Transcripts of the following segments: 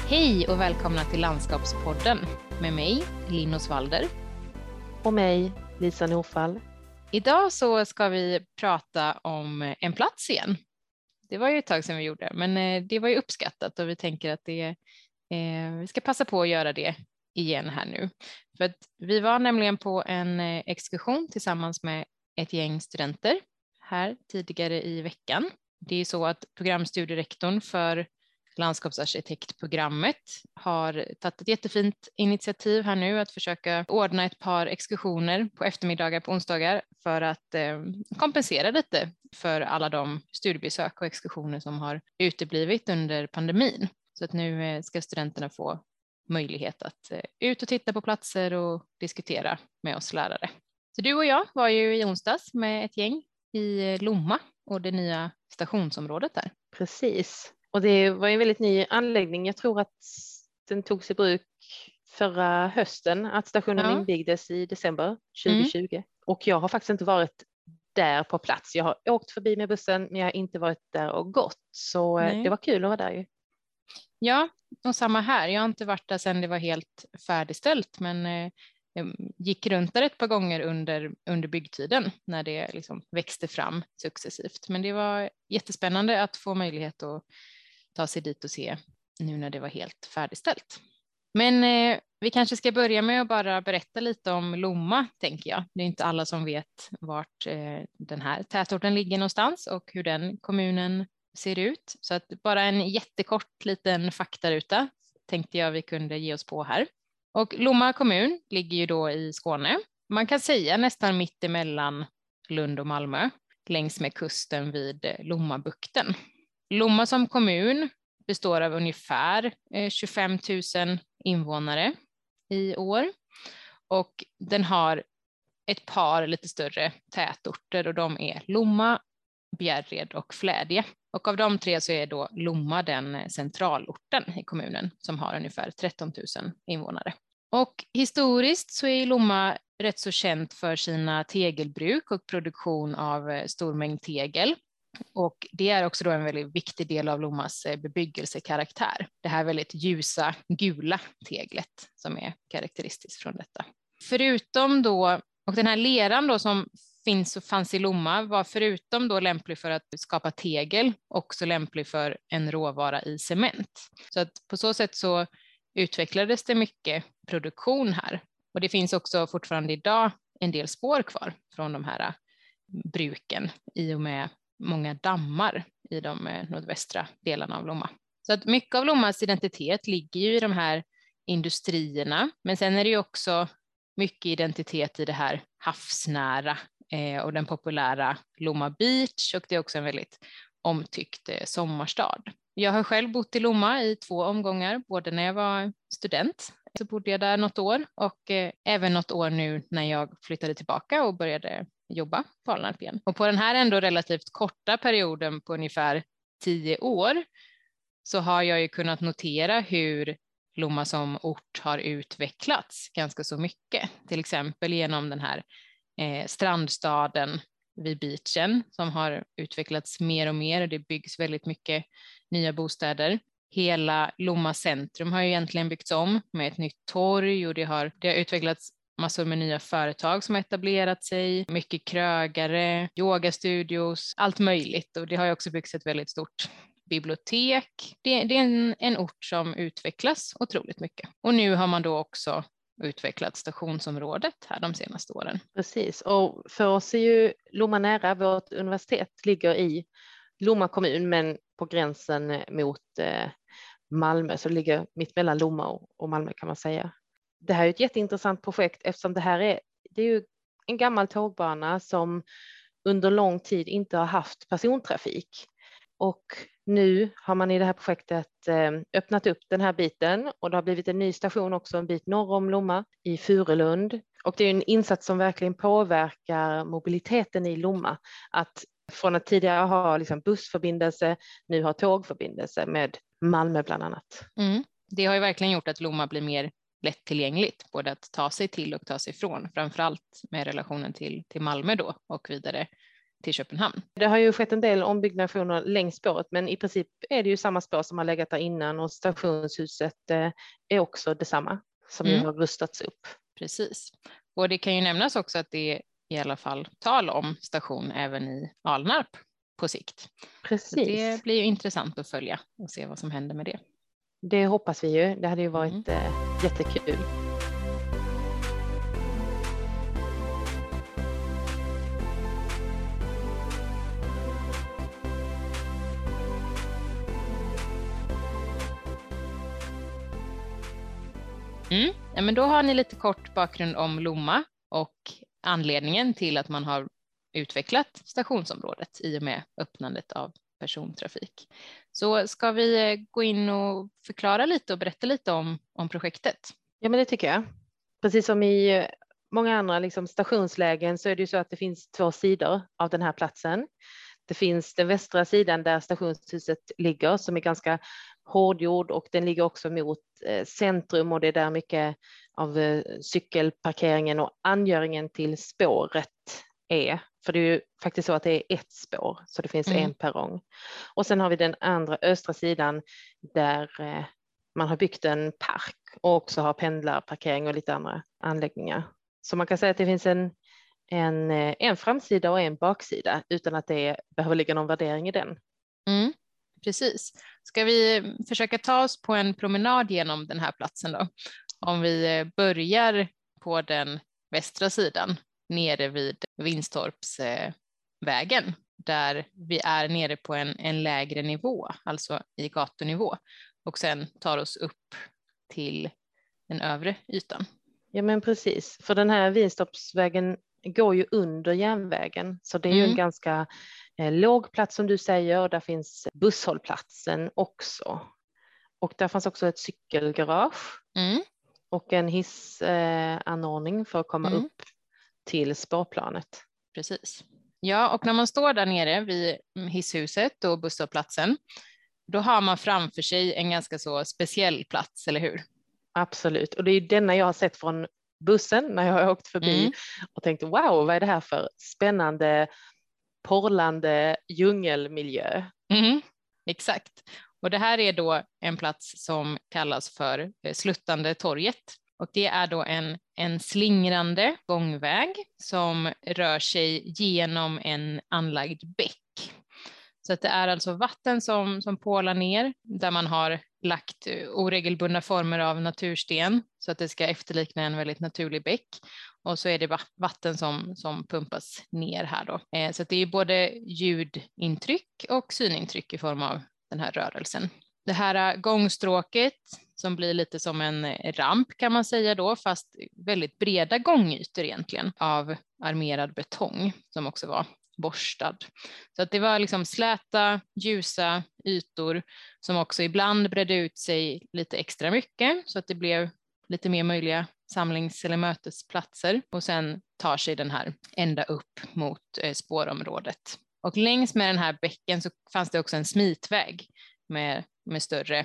Hej och välkomna till Landskapspodden med mig, Linn Osvalder. Och mig, Lisa Norfall. Idag så ska vi prata om en plats igen. Det var ju ett tag sedan vi gjorde, men det var ju uppskattat och vi tänker att vi ska passa på att göra det igen här nu. För att vi var nämligen på en exkursion tillsammans med ett gäng studenter här tidigare i veckan. Det är så att programstudierektorn för landskapsarkitektprogrammet har tagit ett jättefint initiativ här nu att försöka ordna ett par exkursioner på eftermiddagar på onsdagar för att kompensera lite för alla de studiebesök och exkursioner som har uteblivit under pandemin. Så att nu ska studenterna få möjlighet att ut och titta på platser och diskutera med oss lärare. Så du och jag var ju i onsdags med ett gäng i Lomma och det nya stationsområdet där. Precis. Och det var en väldigt ny anläggning. Jag tror att den togs i bruk förra hösten, att stationen invigdes i december 2020. Och jag har faktiskt inte varit där på plats. Jag har åkt förbi med bussen, men jag har inte varit där och gått. Så det var kul att vara där ju. Ja, och samma här. Jag har inte varit där sedan det var helt färdigställt, men jag gick runt där ett par gånger under byggtiden när det liksom växte fram successivt. Men det var jättespännande att få möjlighet att ta sig dit och se nu när det var helt färdigställt. Men vi kanske ska börja med att bara berätta lite om Lomma, tänker jag. Det är inte alla som vet vart den här tätorten ligger någonstans och hur den kommunen ser ut. Så att bara en jättekort liten faktaruta tänkte jag vi kunde ge oss på här. Och Lomma kommun ligger ju då i Skåne. Man kan säga nästan mitt emellan Lund och Malmö, längs med kusten vid Lommabukten. Lomma som kommun består av ungefär 25 000 invånare i år och den har ett par lite större tätorter och de är Lomma, Bjärred och Flädje. Och av de tre så är då Lomma den centralorten i kommunen som har ungefär 13 000 invånare. Och historiskt så är Lomma rätt så känt för sina tegelbruk och produktion av stor mängd tegel. Och det är också då en väldigt viktig del av Lommas bebyggelsekaraktär. Det här väldigt ljusa gula teglet som är karaktäristiskt från detta. Förutom då, och den här leran då som fanns i Lomma var förutom då lämplig för att skapa tegel också lämplig för en råvara i cement. Så att på så sätt så utvecklades det mycket produktion här. Och det finns också fortfarande idag en del spår kvar från de här bruken i och med många dammar i de nordvästra delarna av Lomma. Så att mycket av Lommas identitet ligger ju i de här industrierna, men sen är det ju också mycket identitet i det här havsnära och den populära Lomma Beach, och det är också en väldigt omtyckt sommarstad. Jag har själv bott i Lomma i 2 omgångar, både när jag var student, så bodde jag där något år, och även något år nu när jag flyttade tillbaka och började jobba på Alnarp igen. Och på den här ändå relativt korta perioden på ungefär 10 år så har jag ju kunnat notera hur Lomma som ort har utvecklats ganska så mycket. Till exempel genom den här strandstaden vid beachen som har utvecklats mer och mer och det byggs väldigt mycket nya bostäder. Hela Lomma centrum har ju egentligen byggts om med ett nytt torg och det har utvecklats massor med nya företag som har etablerat sig, mycket krögare, yogastudios, allt möjligt, och det har ju också byggts ett väldigt stort bibliotek. Det är en ort som utvecklas otroligt mycket. Och nu har man då också utvecklat stationsområdet här de senaste åren. Precis, och för oss är ju Lomma nära. Vårt universitet ligger i Lomma kommun men på gränsen mot Malmö, så det ligger mitt mellan Lomma och Malmö kan man säga. Det här är ett jätteintressant projekt eftersom det är ju en gammal tågbana som under lång tid inte har haft persontrafik. Och nu har man i det här projektet öppnat upp den här biten och det har blivit en ny station också en bit norr om Lomma i Furulund. Och det är en insats som verkligen påverkar mobiliteten i Lomma. Att från att tidigare ha liksom bussförbindelse nu har tågförbindelse med Malmö bland annat. Det har ju verkligen gjort att Lomma blir mer lättillgängligt, både att ta sig till och ta sig ifrån, framförallt med relationen till Malmö då och vidare till Köpenhamn. Det har ju skett en del ombyggnationer längs spåret, men i princip är det ju samma spår som har legat där innan och stationshuset är också detsamma som ju har rustats upp. Precis. Och det kan ju nämnas också att det är i alla fall tal om station även i Alnarp på sikt. Precis. Så det blir ju intressant att följa och se vad som händer med det. Det hoppas vi ju. Det hade ju varit jättekul. Ja, men då har ni lite kort bakgrund om Lomma och anledningen till att man har utvecklat stationsområdet i och med öppnandet av persontrafik. Så ska vi gå in och förklara lite och berätta lite om projektet? Ja, men det tycker jag. Precis som i många andra liksom stationslägen så är det ju så att det finns 2 sidor av den här platsen. Det finns den västra sidan där stationshuset ligger som är ganska hårdgjord och den ligger också mot centrum och det är där mycket av cykelparkeringen och angöringen till spåret är. För det är ju faktiskt så att det är ett spår så det finns en perrong. Och sen har vi den andra östra sidan där man har byggt en park och också har pendlarparkering och lite andra anläggningar. Så man kan säga att det finns en framsida och en baksida utan att det behöver ligga någon värdering i den. Precis. Ska vi försöka ta oss på en promenad genom den här platsen då? Om vi börjar på den västra sidan nere vid Vinstorpsvägen där vi är nere på en lägre nivå, alltså i gatunivå och sen tar oss upp till den övre ytan. Ja men precis, för den här Vinstorpsvägen går ju under järnvägen så det är ju en ganska låg plats som du säger och där finns busshållplatsen också. Och där fanns också ett cykelgarage och en hissanordning för att komma upp till spårplanet. Precis. Ja, och när man står där nere vid hisshuset och busshållplatsen då har man framför sig en ganska så speciell plats, eller hur? Absolut, och det är denna jag har sett från bussen när jag har åkt förbi och tänkt wow, vad är det här för spännande porlande djungelmiljö? Exakt. Och det här är då en plats som kallas för Sluttande torget. Och det är då en slingrande gångväg som rör sig genom en anlagd bäck. Så att det är alltså vatten som pålar ner där man har lagt oregelbundna former av natursten så att det ska efterlikna en väldigt naturlig bäck. Och så är det vatten som pumpas ner här då. Så att det är både ljudintryck och synintryck i form av den här rörelsen. Det här gångstråket som blir lite som en ramp kan man säga då, fast väldigt breda gångytor egentligen av armerad betong som också var borstad. Så att det var liksom släta, ljusa ytor som också ibland bredde ut sig lite extra mycket så att det blev lite mer möjliga samlings- eller mötesplatser och sen tar sig den här ända upp mot spårområdet. Och längs med den här bäcken så fanns det också en smitväg med större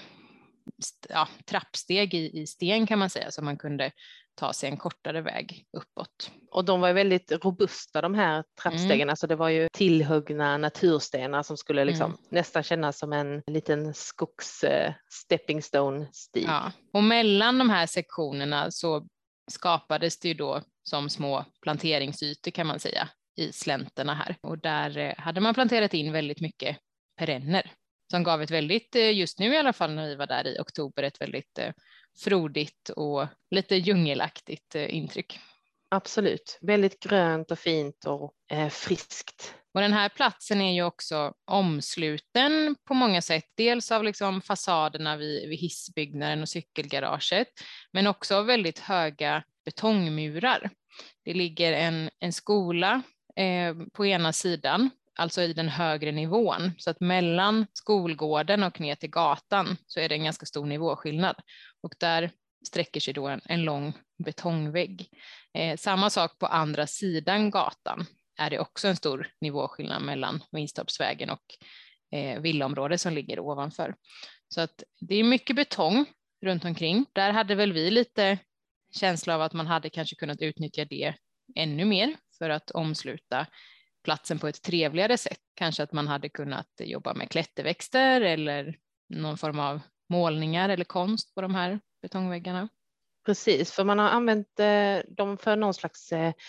trappsteg i sten kan man säga så man kunde ta sig en kortare väg uppåt. Och de var ju väldigt robusta de här trappstegen, alltså det var ju tillhuggna naturstenar som skulle liksom nästan kännas som en liten skogs stepping stone stig. Ja. Och mellan de här sektionerna så skapades det ju då som små planteringsytor kan man säga i slänterna här och där hade man planterat in väldigt mycket perenner som gav ett väldigt, just nu i alla fall när vi var där i oktober, ett väldigt frodigt och lite djungelaktigt intryck. Absolut, väldigt grönt och fint och friskt. Och den här platsen är ju också omsluten på många sätt, dels av liksom fasaderna vid hissbyggnaden och cykelgaraget, men också av väldigt höga betongmurar. Det ligger en skola på ena sidan, alltså i den högre nivån, så att mellan skolgården och ner till gatan så är det en ganska stor nivåskillnad och där sträcker sig då en lång betongvägg. Samma sak på andra sidan gatan är det också en stor nivåskillnad mellan Vinstorpsvägen och villaområdet som ligger ovanför. Så att det är mycket betong runt omkring. Där hade väl vi lite känsla av att man hade kanske kunnat utnyttja det ännu mer för att omsluta platsen på ett trevligare sätt. Kanske att man hade kunnat jobba med klätterväxter eller någon form av målningar eller konst på de här betongväggarna. Precis, för man har använt dem för någon slags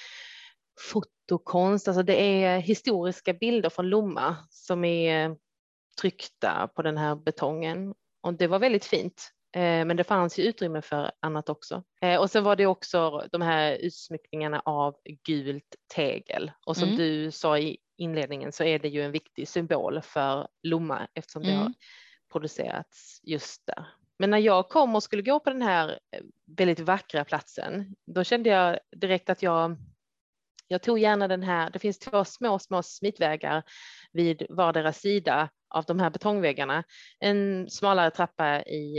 fotokonst. Alltså det är historiska bilder från Lomma som är tryckta på den här betongen. Och det var väldigt fint. Men det fanns ju utrymme för annat också. Och sen var det också de här utsmyckningarna av gult tegel. Och som du sa i inledningen så är det ju en viktig symbol för Lomma eftersom det har producerats just där. Men när jag kom och skulle gå på den här väldigt vackra platsen, då kände jag direkt att jag tog gärna den här. Det finns 2 små smitvägar vid vardera sida av de här betongväggarna. En smalare trappa i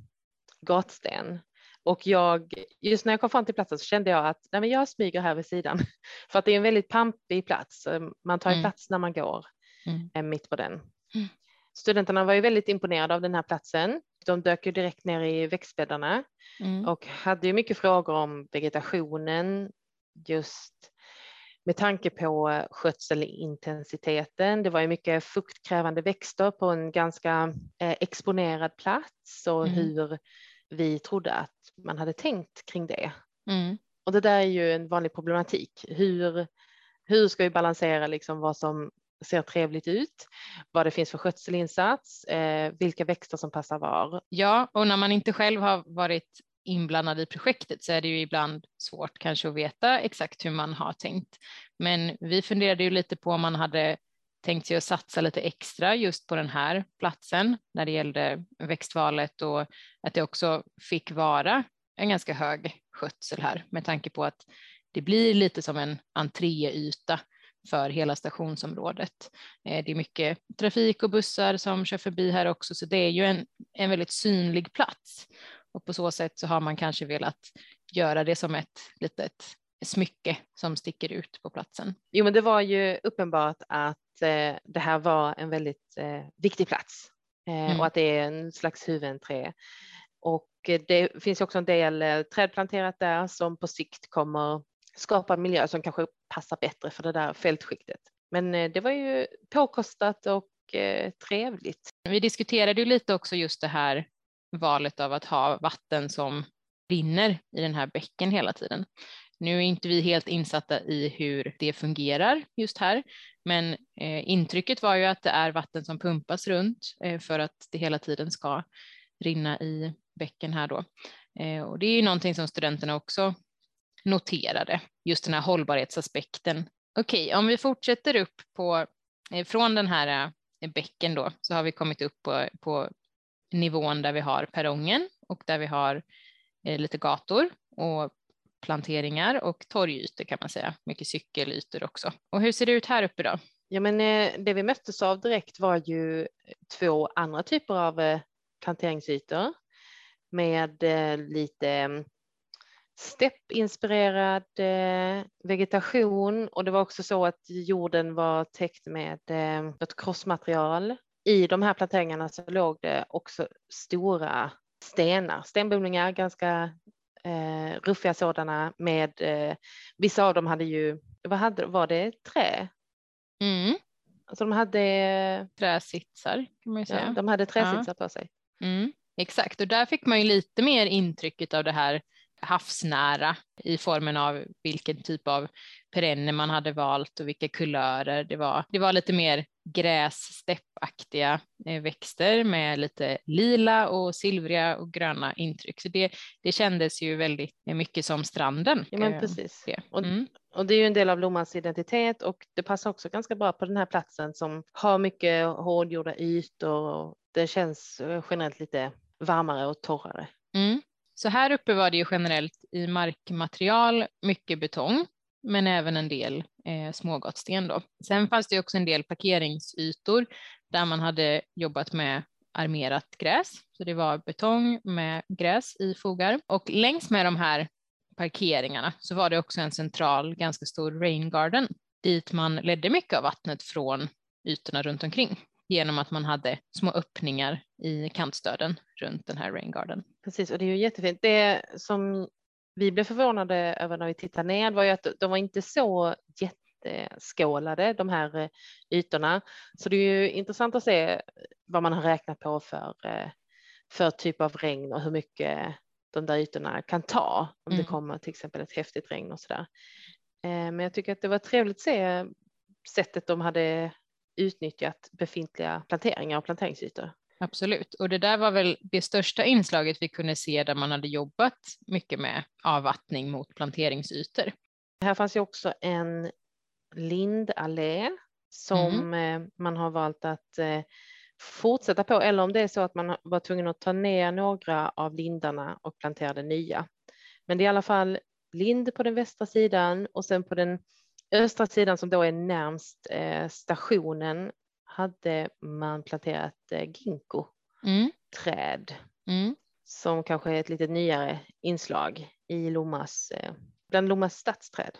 gatsten. Och just när jag kom fram till platsen så kände jag att nej, men jag smyger här vid sidan. För att det är en väldigt pampig plats. Man tar plats när man går mitt på den. Studenterna var ju väldigt imponerade av den här platsen. De dök ju direkt ner i växtbäddarna och hade ju mycket frågor om vegetationen just med tanke på skötselintensiteten. Det var ju mycket fuktkrävande växter på en ganska exponerad plats och hur vi trodde att man hade tänkt kring det. Och det där är ju en vanlig problematik. Hur ska vi balansera liksom vad som ser trevligt ut, vad det finns för skötselinsats, vilka växter som passar var. Ja, och när man inte själv har varit inblandad i projektet så är det ju ibland svårt kanske att veta exakt hur man har tänkt. Men vi funderade ju lite på om man hade tänkt sig att satsa lite extra just på den här platsen när det gällde växtvalet och att det också fick vara en ganska hög skötsel här med tanke på att det blir lite som en entréyta för hela stationsområdet. Det är mycket trafik och bussar som kör förbi här också så det är ju en väldigt synlig plats. Och på så sätt så har man kanske velat göra det som ett litet smycke som sticker ut på platsen. Jo, men det var ju uppenbart att det här var en väldigt viktig plats och att det är en slags huvudentré. Och det finns också en del träd planterat där som på sikt kommer skapa en miljö som kanske passar bättre för det där fältskiktet. Men det var ju påkostat och trevligt. Vi diskuterade ju lite också just det här valet av att ha vatten som rinner i den här bäcken hela tiden. Nu är inte vi helt insatta i hur det fungerar just här, men intrycket var ju att det är vatten som pumpas runt för att det hela tiden ska rinna i bäcken här då. Och det är ju någonting som studenterna också noterade, just den här hållbarhetsaspekten. Okej, om vi fortsätter upp från den här bäcken då så har vi kommit upp på nivån där vi har perrongen och där vi har lite gator och planteringar och torgytor kan man säga. Mycket cykelytor också. Och hur ser det ut här uppe då? Ja, men det vi möttes av direkt var ju 2 andra typer av planteringsytor med lite steppinspirerad vegetation och det var också så att jorden var täckt med ett krossmaterial. I de här planteringarna så låg det också stora stenar, stenbumlingar, ganska ruffiga sådana med vissa av dem hade ju, var det trä? Alltså de hade träsitsar kan man ju säga. Ja, de hade träsitsar på sig. Exakt, och där fick man ju lite mer intrycket av det här havsnära i formen av vilken typ av perenner man hade valt och vilka kulörer det var. Det var lite mer grässteppaktiga växter med lite lila och silvriga och gröna intryck. Så det kändes ju väldigt mycket som stranden. Ja, men precis. Och det är ju en del av Lommans identitet och det passar också ganska bra på den här platsen som har mycket hårdgjorda ytor och det känns generellt lite varmare och torrare. Så här uppe var det ju generellt i markmaterial mycket betong men även en del smågatsten då. Sen fanns det också en del parkeringsytor där man hade jobbat med armerat gräs. Så det var betong med gräs i fogar. Och längs med de här parkeringarna så var det också en central ganska stor rain garden dit man ledde mycket av vattnet från ytorna runt omkring genom att man hade små öppningar i kantstöden runt den här rain garden. Precis, och det är ju jättefint. Det som vi blev förvånade över när vi tittade ner var ju att de var inte så skålade de här ytorna. Så det är ju intressant att se vad man har räknat på för typ av regn och hur mycket de där ytorna kan ta om det kommer till exempel ett häftigt regn och sådär. Men jag tycker att det var trevligt att se sättet de hade utnyttjat befintliga planteringar och planteringsytor. Absolut, och det där var väl det största inslaget vi kunde se där man hade jobbat mycket med avvattning mot planteringsytor. Här fanns ju också en lindallé som man har valt att fortsätta på, eller om det är så att man var tvungen att ta ner några av lindarna och plantera nya. Men det är i alla fall lind på den västra sidan, och sen på den östra sidan som då är närmst stationen hade man planterat ginkgo-träd som kanske är ett lite nyare inslag i bland Lommas stadsträd.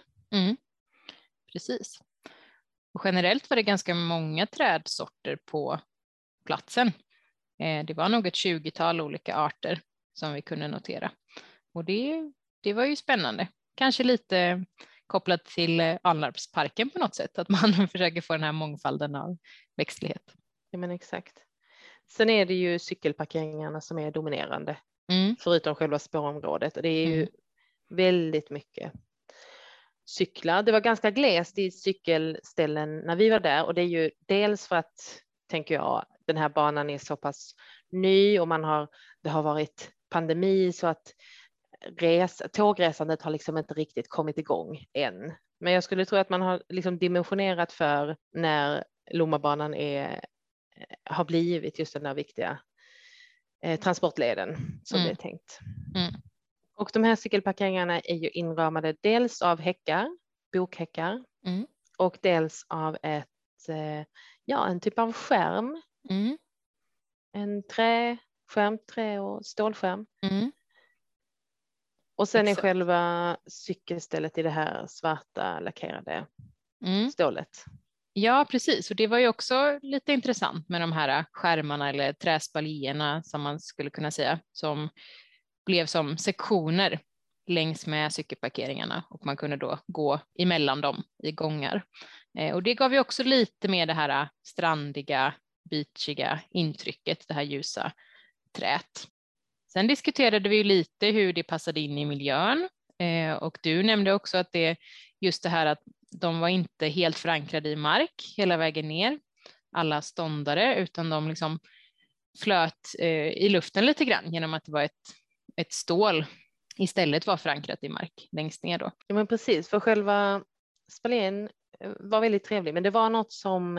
Precis. Och generellt var det ganska många trädsorter på platsen. Det var nog ett 20-tal olika arter som vi kunde notera. Och det var ju spännande. Kanske lite kopplat till Alnarpsparken på något sätt. Att man försöker få den här mångfalden av växtlighet. Ja, men exakt. Sen är det ju cykelparkeringarna som är dominerande. Förutom själva spårområdet. Och det är ju väldigt mycket cyklar. Det var ganska glest i cykelställen när vi var där. Och det är ju dels för att, tänker jag, den här banan är så pass ny och det har varit pandemi så att tågresandet har liksom inte riktigt kommit igång än. Men jag skulle tro att man har liksom dimensionerat för när Lommabanan har blivit just den där viktiga transportleden som det är tänkt. Och de här cykelparkeringarna är ju inramade dels av bokhäckar och dels av en typ av skärm. En trä- och stålskärm. Och sen är själva cykelstället i det här svarta lackerade stålet. Ja, precis. Och det var ju också lite intressant med de här skärmarna eller träspaljerna som man skulle kunna säga, som blev som sektioner längs med cykelparkeringarna och man kunde då gå emellan dem i gångar. Och det gav ju också lite mer det här strandiga, beachiga intrycket, det här ljusa träet. Sen diskuterade vi ju lite hur det passade in i miljön och du nämnde också att just det här att de var inte helt förankrade i mark hela vägen ner, alla ståndare, utan de liksom flöt i luften lite grann genom att det var ett stål istället var förankrat i mark längst ner då. Ja, men precis, för själva spaljen var väldigt trevlig, men det var något som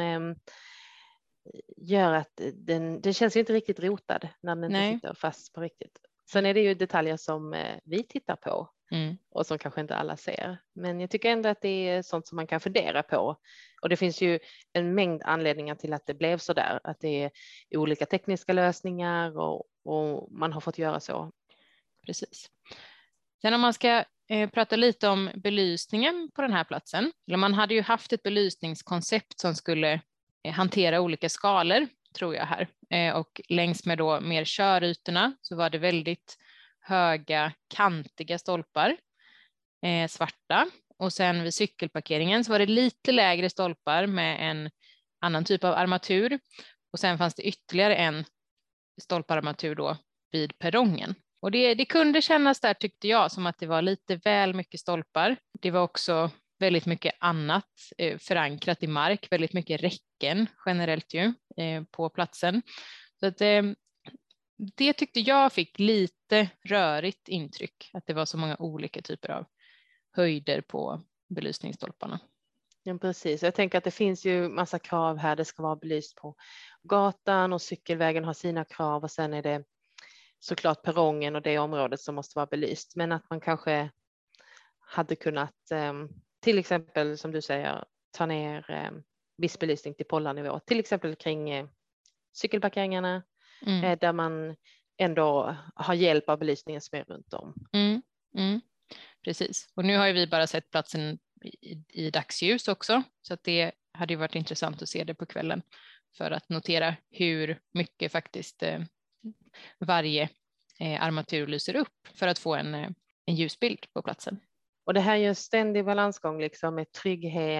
gör att den känns ju inte riktigt rotad när den inte sitter fast på riktigt. Sen är det ju detaljer som vi tittar på och som kanske inte alla ser. Men jag tycker ändå att det är sånt som man kan fundera på. Och det finns ju en mängd anledningar till att det blev så där. Att det är olika tekniska lösningar och man har fått göra så. Precis. Sen om man ska prata lite om belysningen på den här platsen. Eller man hade ju haft ett belysningskoncept som skulle hantera olika skalor, tror jag här. Och längs med då mer körytorna så var det väldigt höga, kantiga stolpar, svarta. Och sen vid cykelparkeringen så var det lite lägre stolpar med en annan typ av armatur. Och sen fanns det ytterligare en stolparmatur då vid perrongen. Och det kunde kännas där, tyckte jag, som att det var lite väl mycket stolpar. Det var också väldigt mycket annat förankrat i mark, väldigt mycket räcken generellt ju på platsen. Så att, det tyckte jag fick lite rörigt intryck, att det var så många olika typer av höjder på belysningsstolparna. Ja, precis. Jag tänker att det finns ju massa krav här. Det ska vara belyst på gatan och cykelvägen har sina krav och sen är det såklart perrongen och det området som måste vara belyst. Men att man kanske hade kunnat till exempel, som du säger, ta ner viss belysning till pollarnivå. Till exempel kring cykelparkeringarna där man ändå har hjälp av belysningen som är runt om. Precis. Och nu har ju vi bara sett platsen i dagsljus också. Så att det hade ju varit intressant att se det på kvällen för att notera hur mycket faktiskt varje armatur lyser upp för att få en ljusbild på platsen. Och det här är ju en ständig balansgång liksom, med trygghet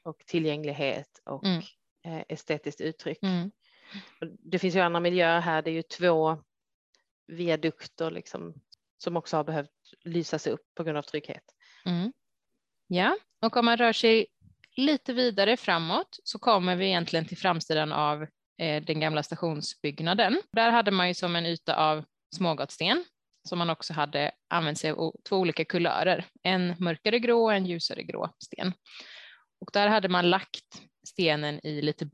och tillgänglighet och estetiskt uttryck. Mm. Och det finns ju andra miljöer här, det är ju 2 viadukter liksom, som också har behövt lysas upp på grund av trygghet. Mm. Ja, och om man rör sig lite vidare framåt så kommer vi egentligen till framsidan av den gamla stationsbyggnaden. Där hade man ju som en yta av smågatsten som man också hade använt sig av 2 olika kulörer, en mörkare grå och en ljusare grå sten. Och där hade man lagt stenen i lite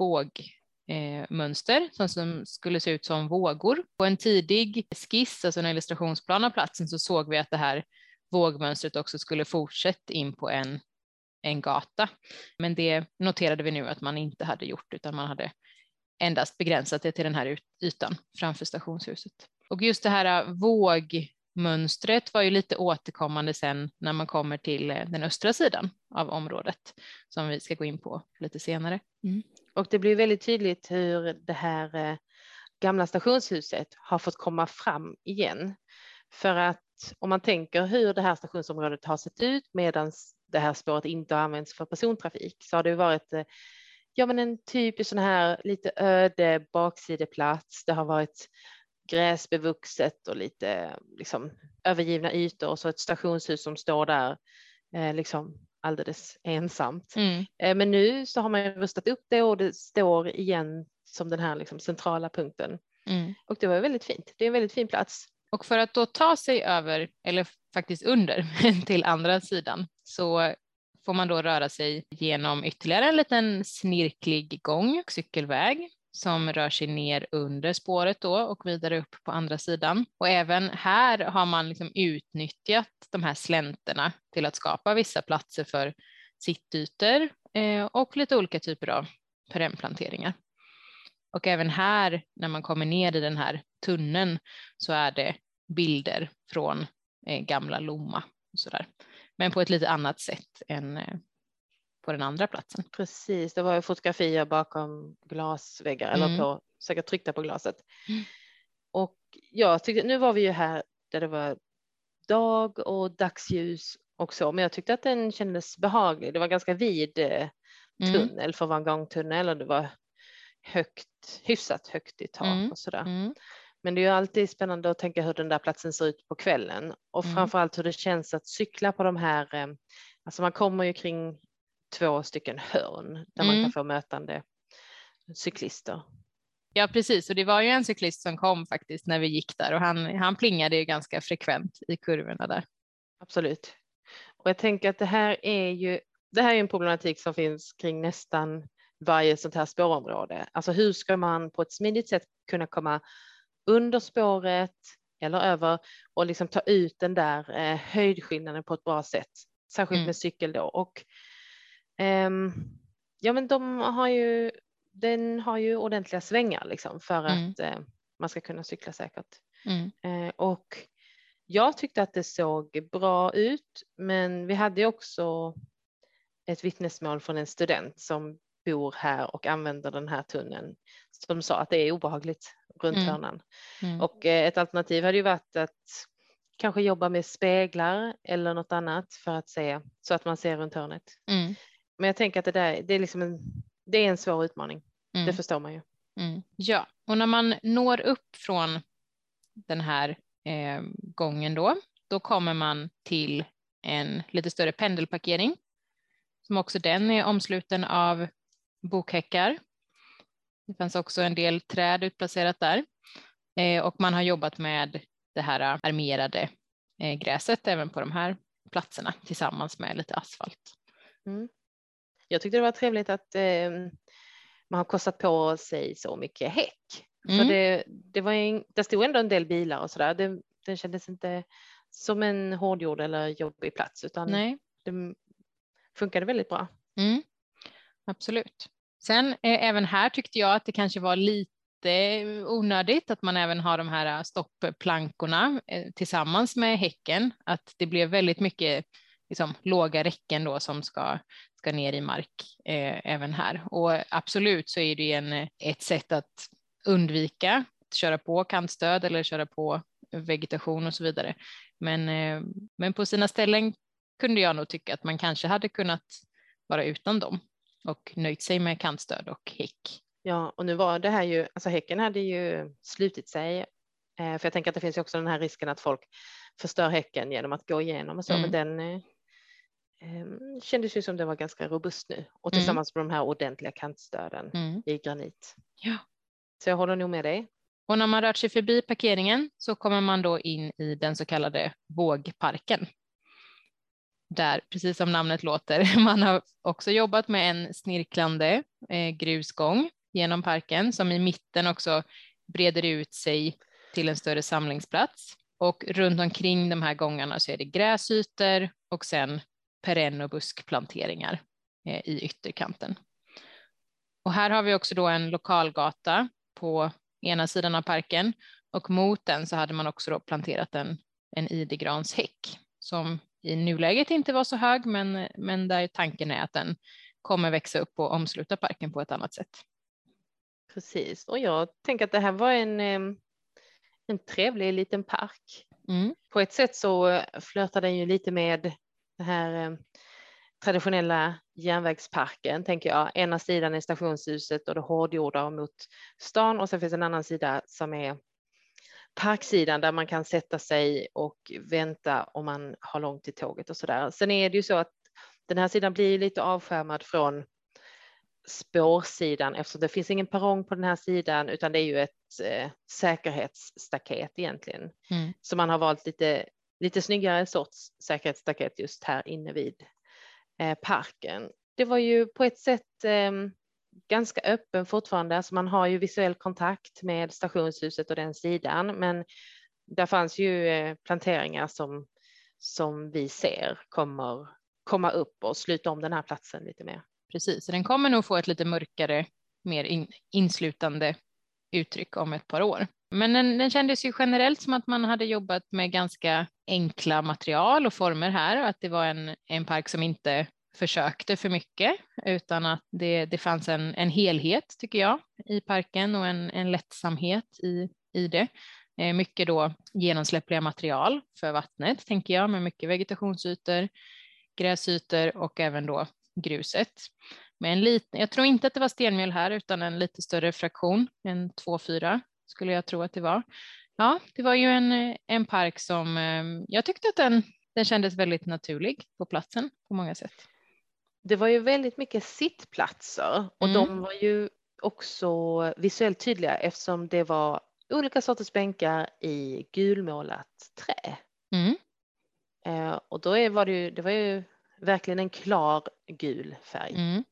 bågmönster som skulle se ut som vågor. På en tidig skiss, alltså en illustrationsplan av platsen, så såg vi att det här vågmönstret också skulle fortsätta in på en gata. Men det noterade vi nu att man inte hade gjort, utan man hade endast begränsat det till den här ytan framför stationshuset. Och just det här vågmönstret var ju lite återkommande sen när man kommer till den östra sidan av området som vi ska gå in på lite senare. Mm. Och det blir väldigt tydligt hur det här gamla stationshuset har fått komma fram igen. För att om man tänker hur det här stationsområdet har sett ut medan det här spåret inte har använts för persontrafik, så har det varit en typisk sån här lite öde baksideplats. Det har varit gräsbevuxet och lite liksom övergivna ytor och så ett stationshus som står där liksom alldeles ensamt. Men nu så har man rustat upp det och det står igen som den här liksom centrala punkten. Och det var väldigt fint. Det är en väldigt fin plats. Och för att då ta sig över, eller faktiskt under, till andra sidan, så får man då röra sig genom ytterligare en liten snirklig gång och cykelväg som rör sig ner under spåret då och vidare upp på andra sidan. Och även här har man liksom utnyttjat de här slänterna till att skapa vissa platser för sittytor och lite olika typer av perennplanteringar. Och även här när man kommer ner i den här tunneln så är det bilder från gamla Lomma och sådär. Men på ett lite annat sätt än på den andra platsen. Precis, det var ju fotografier bakom glasväggar eller på, säkert tryckta på glaset. Och jag tyckte, nu var vi ju här där det var dag och dagsljus och så, men jag tyckte att den kändes behaglig. Det var ganska vid tunnel för att vara en gångtunnel och det var hyfsat högt i tak och sådär. Men det är ju alltid spännande att tänka hur den där platsen ser ut på kvällen och framförallt hur det känns att cykla på de här, alltså man kommer ju kring 2 stycken hörn där man kan få mötande cyklister. Ja precis, och det var ju en cyklist som kom faktiskt när vi gick där och han plingade ju ganska frekvent i kurvorna där. Absolut. Och jag tänker att det här är en problematik som finns kring nästan varje sånt här spårområde. Alltså hur ska man på ett smidigt sätt kunna komma under spåret eller över och liksom ta ut den där höjdskillnaden på ett bra sätt. Särskilt med cykel då. Och men den har ju ordentliga svängar liksom för att man ska kunna cykla säkert. Och jag tyckte att det såg bra ut, men vi hade ju också ett vittnesmål från en student som bor här och använder den här tunneln som sa att det är obehagligt runt hörnan. Och ett alternativ hade ju varit att kanske jobba med speglar eller något annat för att se så att man ser runt hörnet. Men jag tänker att det är en svår utmaning. Det förstår man ju. Ja, och när man når upp från den här gången då kommer man till en lite större pendelparkering som också den är omsluten av bokhäckar. Det fanns också en del träd utplacerat där och man har jobbat med det här armerade gräset även på de här platserna tillsammans med lite asfalt. Jag tyckte det var trevligt att man har kostat på sig så mycket häck. För det stod ändå en del bilar och sådär. Det kändes inte som en hårdgjord eller jobbig plats utan det funkade väldigt bra. Absolut. Sen även här tyckte jag att det kanske var lite onödigt att man även har de här stoppplankorna tillsammans med häcken. Att det blev väldigt mycket liksom, låga räcken då som ska ner i mark även här. Och absolut så är det ett sätt att undvika att köra på kantstöd eller köra på vegetation och så vidare. Men på sina ställen kunde jag nog tycka att man kanske hade kunnat vara utan dem. och nöjt sig med kantstöd och häck. Ja, och nu var det här ju, alltså häcken hade ju slutit sig. För jag tänker att det finns ju också den här risken att folk förstör häcken genom att gå igenom och så. Men den kändes ju som det var ganska robust nu. Och tillsammans med de här ordentliga kantstöden i granit. Ja. Så jag håller nog med dig. Och när man rört sig förbi parkeringen så kommer man då in i den så kallade vågparken. Där, precis som namnet låter, man har också jobbat med en snirklande grusgång genom parken som i mitten också breder ut sig till en större samlingsplats. Och runt omkring de här gångarna så är det gräsytor och sen perenn- och buskplanteringar i ytterkanten. Och här har vi också då en lokalgata på ena sidan av parken och mot den så hade man också då planterat en idegranshäck som i nuläget inte var så hög, men där tanken är att den kommer växa upp och omsluta parken på ett annat sätt. Precis, och jag tänker att det här var en trevlig liten park. På ett sätt så flörtar den ju lite med det här traditionella järnvägsparken, tänker jag. Ena sidan är stationshuset och det hårdgjorda mot stan och sen finns en annan sida som är parksidan där man kan sätta sig och vänta om man har långt till tåget och så där. Sen är det ju så att den här sidan blir lite avskärmad från spårsidan eftersom det finns ingen perrong på den här sidan utan det är ju ett säkerhetsstaket egentligen. Så man har valt lite snyggare sorts säkerhetsstaket just här inne vid parken. Det var ju på ett sätt ganska öppen fortfarande, alltså man har ju visuell kontakt med stationshuset och den sidan, men där fanns ju planteringar som vi ser kommer komma upp och sluta om den här platsen lite mer. Precis, så den kommer nog få ett lite mörkare, mer inslutande uttryck om ett par år. Men den kändes ju generellt som att man hade jobbat med ganska enkla material och former här och att det var en park som inte försökte för mycket utan att det fanns en helhet tycker jag i parken och en lättsamhet i det. Mycket då genomsläppliga material för vattnet tänker jag med mycket vegetationsytor, gräsytor och även då gruset. Men jag tror inte att det var stenmjöl här utan en lite större fraktion, en 2,4 skulle jag tro att det var. Ja, det var ju en park som jag tyckte att den kändes väldigt naturlig på platsen på många sätt. Det var ju väldigt mycket sittplatser och de var ju också visuellt tydliga eftersom det var olika sorters bänkar i gulmålat trä. Och då det var ju verkligen en klar gul färg.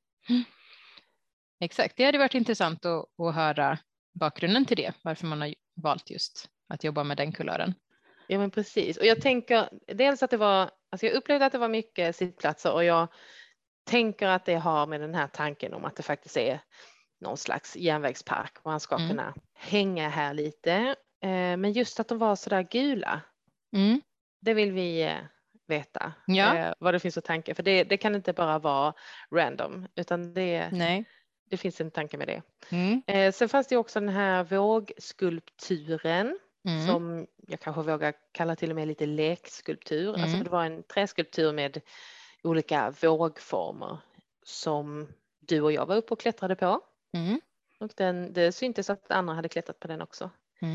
Exakt, det hade varit intressant att höra bakgrunden till det, varför man har valt just att jobba med den kulören. Ja men precis, och jag tänker dels att jag upplevde att det var mycket sittplatser och jag tänker att det har med den här tanken om att det faktiskt är någon slags järnvägspark och man ska kunna hänga här lite. Men just att de var så där gula, det vill vi veta vad det finns för tanke. För det kan inte bara vara random utan det finns en tanke med det. Sen fanns det också den här vågskulpturen som jag kanske vågar kalla till och med lite lekskulptur. Alltså det var en träskulptur med olika vågformer som du och jag var uppe och klättrade på. Och det syntes att andra hade klättrat på den också.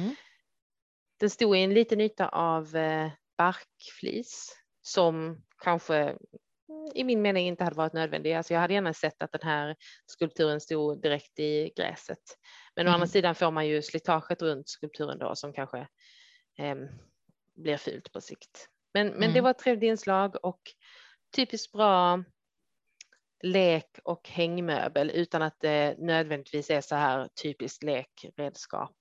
Den stod i en liten yta av barkflis som kanske i min mening inte hade varit nödvändig. Alltså jag hade gärna sett att den här skulpturen stod direkt i gräset. Men å andra sidan får man ju slitaget runt skulpturen då som kanske blir fult på sikt. Men det var ett trevligt inslag och typiskt bra lek och hängmöbel utan att det nödvändigtvis är så här typiskt lekredskap.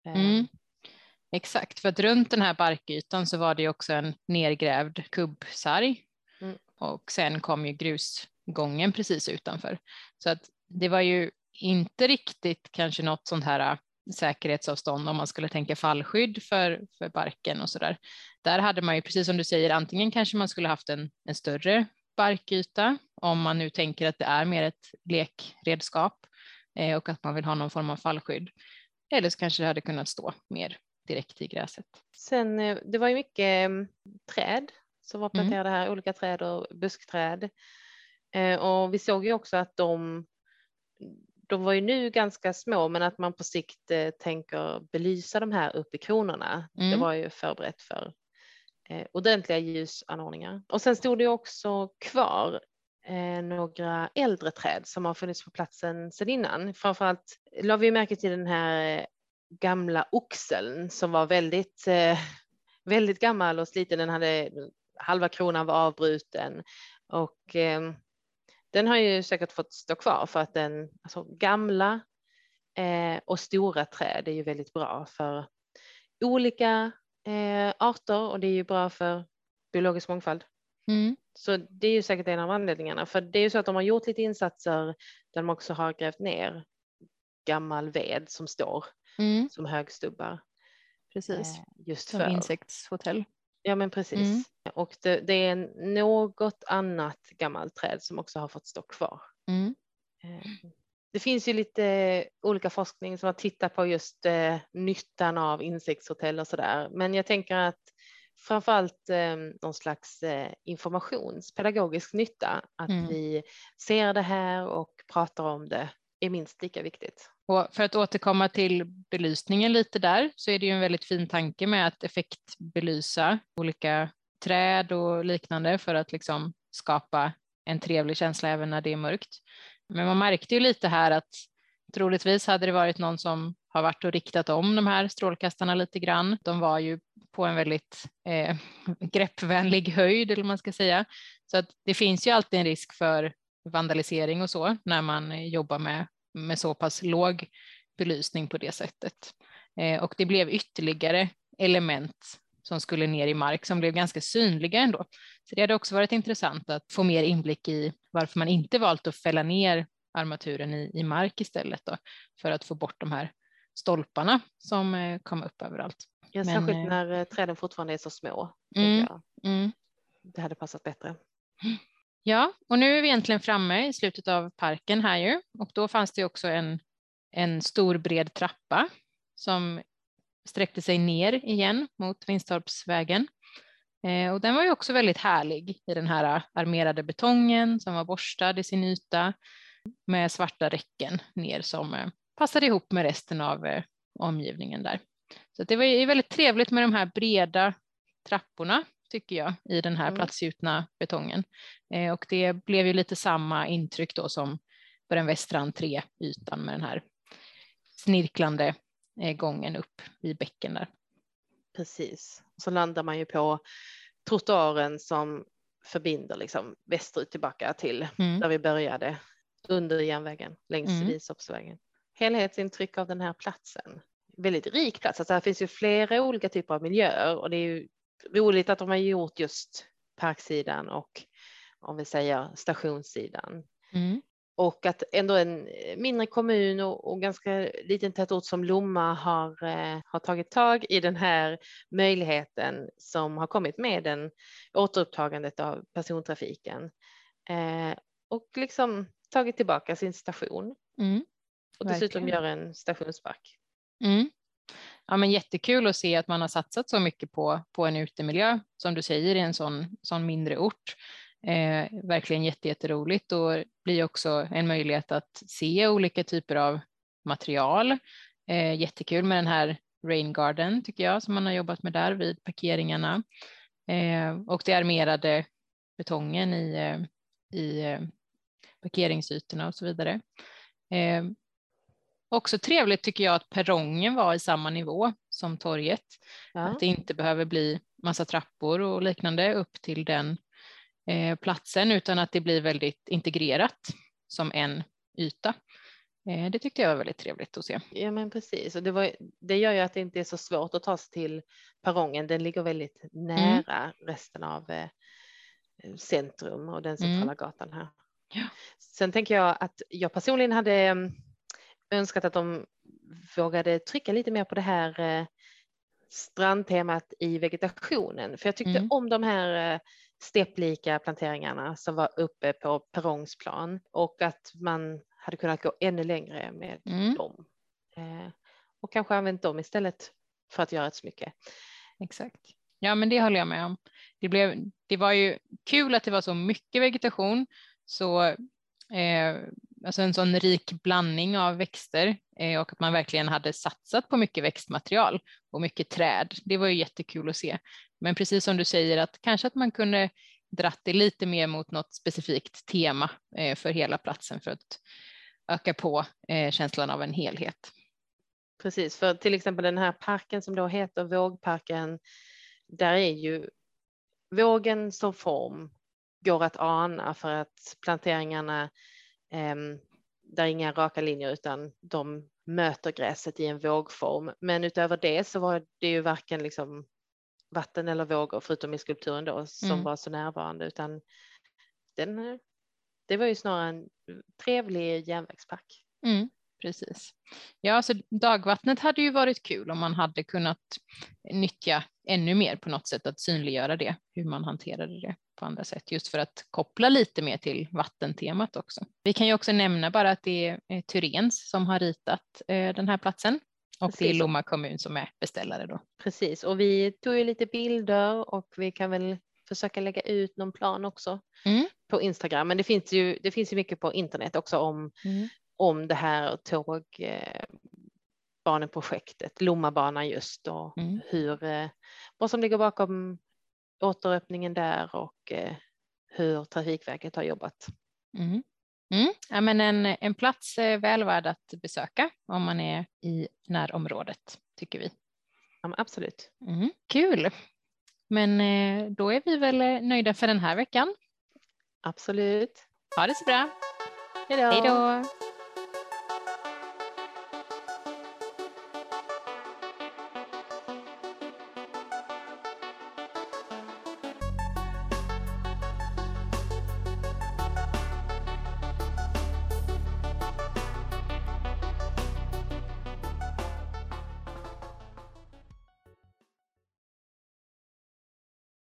Exakt, för att runt den här barkytan så var det ju också en nergrävd kubbsarg och sen kom ju grusgången precis utanför. Så att det var ju inte riktigt kanske något sånt här säkerhetsavstånd om man skulle tänka fallskydd för barken och så där. Där hade man ju precis som du säger, antingen kanske man skulle haft en större barkyta om man nu tänker att det är mer ett lekredskap och att man vill ha någon form av fallskydd. Eller så kanske det hade kunnat stå mer direkt i gräset. Sen det var ju mycket träd som var planterade här, olika träd och buskträd. Och vi såg ju också att de var ju nu ganska små, men att man på sikt tänker belysa de här upp i kronorna. Det var ju förberett för ordentliga ljusanordningar. Och sen stod det också kvar några äldre träd som har funnits på platsen sedan innan. Framförallt la vi märke till den här gamla oxeln som var väldigt gammal och sliten. Den hade halva kronan var avbruten och den har ju säkert fått stå kvar för att alltså gamla och stora träd är ju väldigt bra för olika arter och det är ju bra för biologisk mångfald. Så det är ju säkert en av anledningarna, för det är ju så att de har gjort lite insatser där de också har grävt ner gammal ved som står som högstubbar. Precis, just som för insektshotell. Ja, men precis. Och det är något annat gammalt träd som också har fått stå kvar. Det finns ju lite olika forskning som har tittat på just nyttan av insektshotell och sådär. Men jag tänker att framförallt någon slags informationspedagogisk nytta. Att vi ser det här och pratar om det är minst lika viktigt. Och för att återkomma till belysningen lite där, så är det ju en väldigt fin tanke med att effektbelysa olika träd och liknande för att liksom skapa en trevlig känsla även när det är mörkt. Men man märkte ju lite här att troligtvis hade det varit någon som har varit och riktat om de här strålkastarna lite grann. De var ju på en väldigt greppvänlig höjd, eller man ska säga. Så att det finns ju alltid en risk för vandalisering och så när man jobbar med så pass låg belysning på det sättet. Och det blev ytterligare element som skulle ner i mark som blev ganska synliga ändå. Så det hade också varit intressant att få mer inblick i varför man inte valt att fälla ner armaturen i mark istället då, för att få bort de här stolparna som kom upp överallt. Ja, särskilt när träden fortfarande är så små. Tänker jag. Det hade passat bättre. Ja, och nu är vi egentligen framme i slutet av parken här ju. Och då fanns det också en stor bred trappa som sträckte sig ner igen mot Vindstorpsvägen. Och den var ju också väldigt härlig i den här armerade betongen som var borstad i sin yta med svarta räcken ner som passade ihop med resten av omgivningen där. Så det var ju väldigt trevligt med de här breda trapporna tycker jag i den här platsgjutna betongen. Och det blev ju lite samma intryck då som på den västra entréytan med den här snirklande gången upp i bäcken där. Precis. Så landar man ju på trottoaren som förbinder liksom västerut tillbaka till där vi började under järnvägen längs Vindstorpsvägen. Helhetsintryck av den här platsen. Väldigt rik plats. Alltså här finns ju flera olika typer av miljöer och det är ju roligt att de har gjort just parksidan och om vi säger stationssidan. Och att ändå en mindre kommun och ganska liten tätort som Lomma har tagit tag i den här möjligheten som har kommit med den återupptagandet av persontrafiken. Och liksom tagit tillbaka sin station. Och dessutom gör en stationspark. Ja, men jättekul att se att man har satsat så mycket på en utemiljö som du säger i en sån mindre ort. Verkligen jätteroligt och det blir också en möjlighet att se olika typer av material. Jättekul med den här Rain Garden tycker jag som man har jobbat med där vid parkeringarna. Och det armerade betongen i parkeringsytorna och så vidare. Också trevligt tycker jag att perrongen var i samma nivå som torget. Att det inte behöver bli massa trappor och liknande upp till den platsen utan att det blir väldigt integrerat som en yta. Det tyckte jag var väldigt trevligt att se. Ja men precis, och det gör ju att det inte är så svårt att ta sig till perrongen. Den ligger väldigt nära resten av centrum och den centrala gatan här. Ja. Sen tänker jag att jag personligen hade önskat att de vågade trycka lite mer på det här strandtemat i vegetationen. För jag tyckte om de här stepplika planteringarna som var uppe på perrongsplan och att man hade kunnat gå ännu längre med dem. Och kanske använt dem istället för att göra ett smycke. Exakt. Ja, men det håller jag med om. Det var ju kul att det var så mycket vegetation Så alltså en sån rik blandning av växter och att man verkligen hade satsat på mycket växtmaterial och mycket träd. Det var ju jättekul att se. Men precis som du säger, att kanske att man kunde dratt det lite mer mot något specifikt tema för hela platsen för att öka på känslan av en helhet. Precis, för till exempel den här parken som då heter Vågparken, där är ju vågen som form går att ana för att planteringarna, där är inga raka linjer utan de möter gräset i en vågform. Men utöver det så var det ju varken liksom vatten eller vågor, förutom i skulpturen då, som var så närvarande, utan det var ju snarare en trevlig järnvägspark. Precis. Ja, så dagvattnet hade ju varit kul om man hade kunnat nyttja ännu mer på något sätt, att synliggöra det, hur man hanterade det på andra sätt, just för att koppla lite mer till vattentemat också. Vi kan ju också nämna bara att det är Tyrens som har ritat den här platsen. Och precis. Det är Lomma kommun som är beställare då. Precis, och vi tog ju lite bilder och vi kan väl försöka lägga ut någon plan också på Instagram. Men det finns ju mycket på internet också om det här tågbaneprojektet, Lommabanan just, och vad som ligger bakom återöppningen där och hur Trafikverket har jobbat. Ja, men en plats är väl värd att besöka om man är i närområdet, tycker vi. Ja, absolut. Kul. Men då är vi väl nöjda för den här veckan. Absolut. Ha det så bra. Hej då.